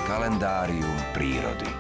Kalendárium prírody.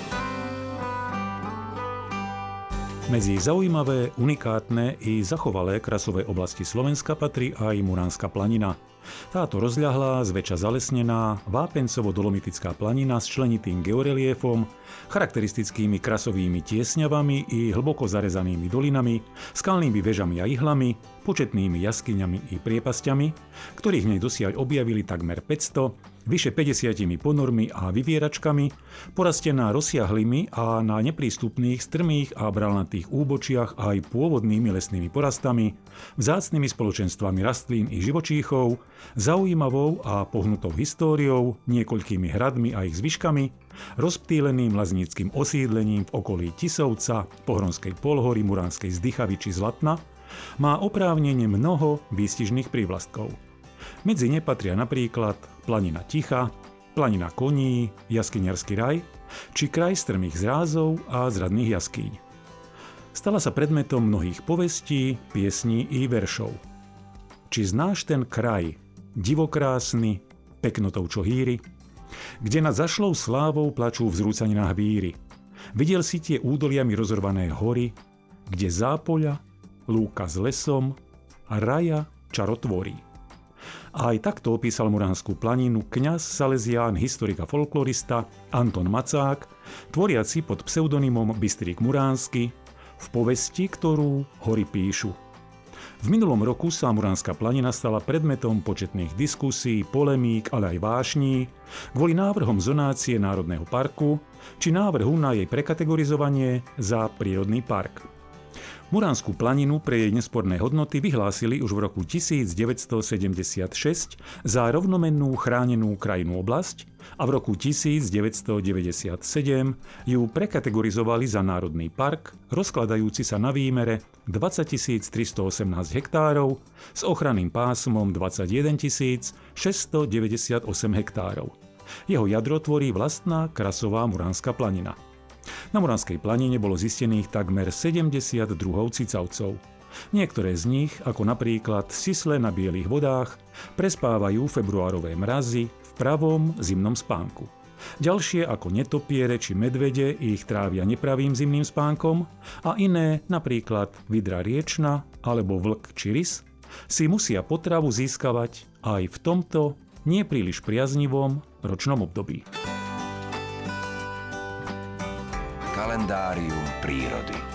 Medzi zaujímavé, unikátne i zachovalé krasové oblasti Slovenska patrí aj Muránska planina. Táto rozľahlá, zväčša zalesnená, vápencovo-dolomitická planina s členitým georeliéfom, charakteristickými krasovými tiesňavami i hlboko zarezanými dolinami, skalnými vežami a ihlami, početnými jaskyňami i priepasťami, ktorých nej dosiaľ objavili takmer 500, vyše 50 ponormi a vyvieračkami, porastená rozsiahlými a na neprístupných strmých a bralnatých úbočiach aj pôvodnými lesnými porastami, vzácnymi spoločenstvami rastlín i živočíchov, zaujímavou a pohnutou históriou, niekoľkými hradmi a ich zvyškami, rozptýleným lazníckym osídlením v okolí Tisovca, Pohronskej polhory, Muránskej Zdychavy či Zlatna, má oprávnene mnoho výstižných prívlastkov. Medzi ne patria napríklad Planina Ticha, Planina Koní, Jaskyniarsky raj či kraj strmých zrázov a zradných jaskýň. Stala sa predmetom mnohých povestí, piesní i veršov. Či znáš ten kraj, divokrásny, peknotou čo hýri, kde nad zašlou slávou plačú vzrúcaninách víry. Videl si tie údoliami rozorvané hory, kde zápoľa, lúka s lesom a raja čarotvorí. A aj takto opísal Muránskú planinu kňaz Salesián, historik a folklorista Anton Macák, tvoriaci pod pseudonymom Bystrík Muránsky, v povesti, ktorú hory píšu. V minulom roku sa Muránska planina stala predmetom početných diskusí, polemík, ale aj vášní kvôli návrhom zonácie Národného parku či návrhu na jej prekategorizovanie za prírodný park. Muránsku planinu pre jej nesporné hodnoty vyhlásili už v roku 1976 za rovnomennú chránenú krajinnú oblasť a v roku 1997 ju prekategorizovali za národný park, rozkladajúci sa na výmere 20 318 hektárov s ochranným pásmom 21 698 hektárov. Jeho jadro tvorí vlastná krasová Muránska planina. Na Muránskej planine bolo zistených takmer 70 druhov cicavcov. Niektoré z nich, ako napríklad sisle na bielých vodách, prespávajú februárové mrazy v pravom zimnom spánku. Ďalšie, ako netopiere či medvede, ich trávia nepravým zimným spánkom a iné, napríklad vidra riečna alebo vlk či rys, si musia potravu získavať aj v tomto nepríliš priaznivom ročnom období. Kalendárium prírody.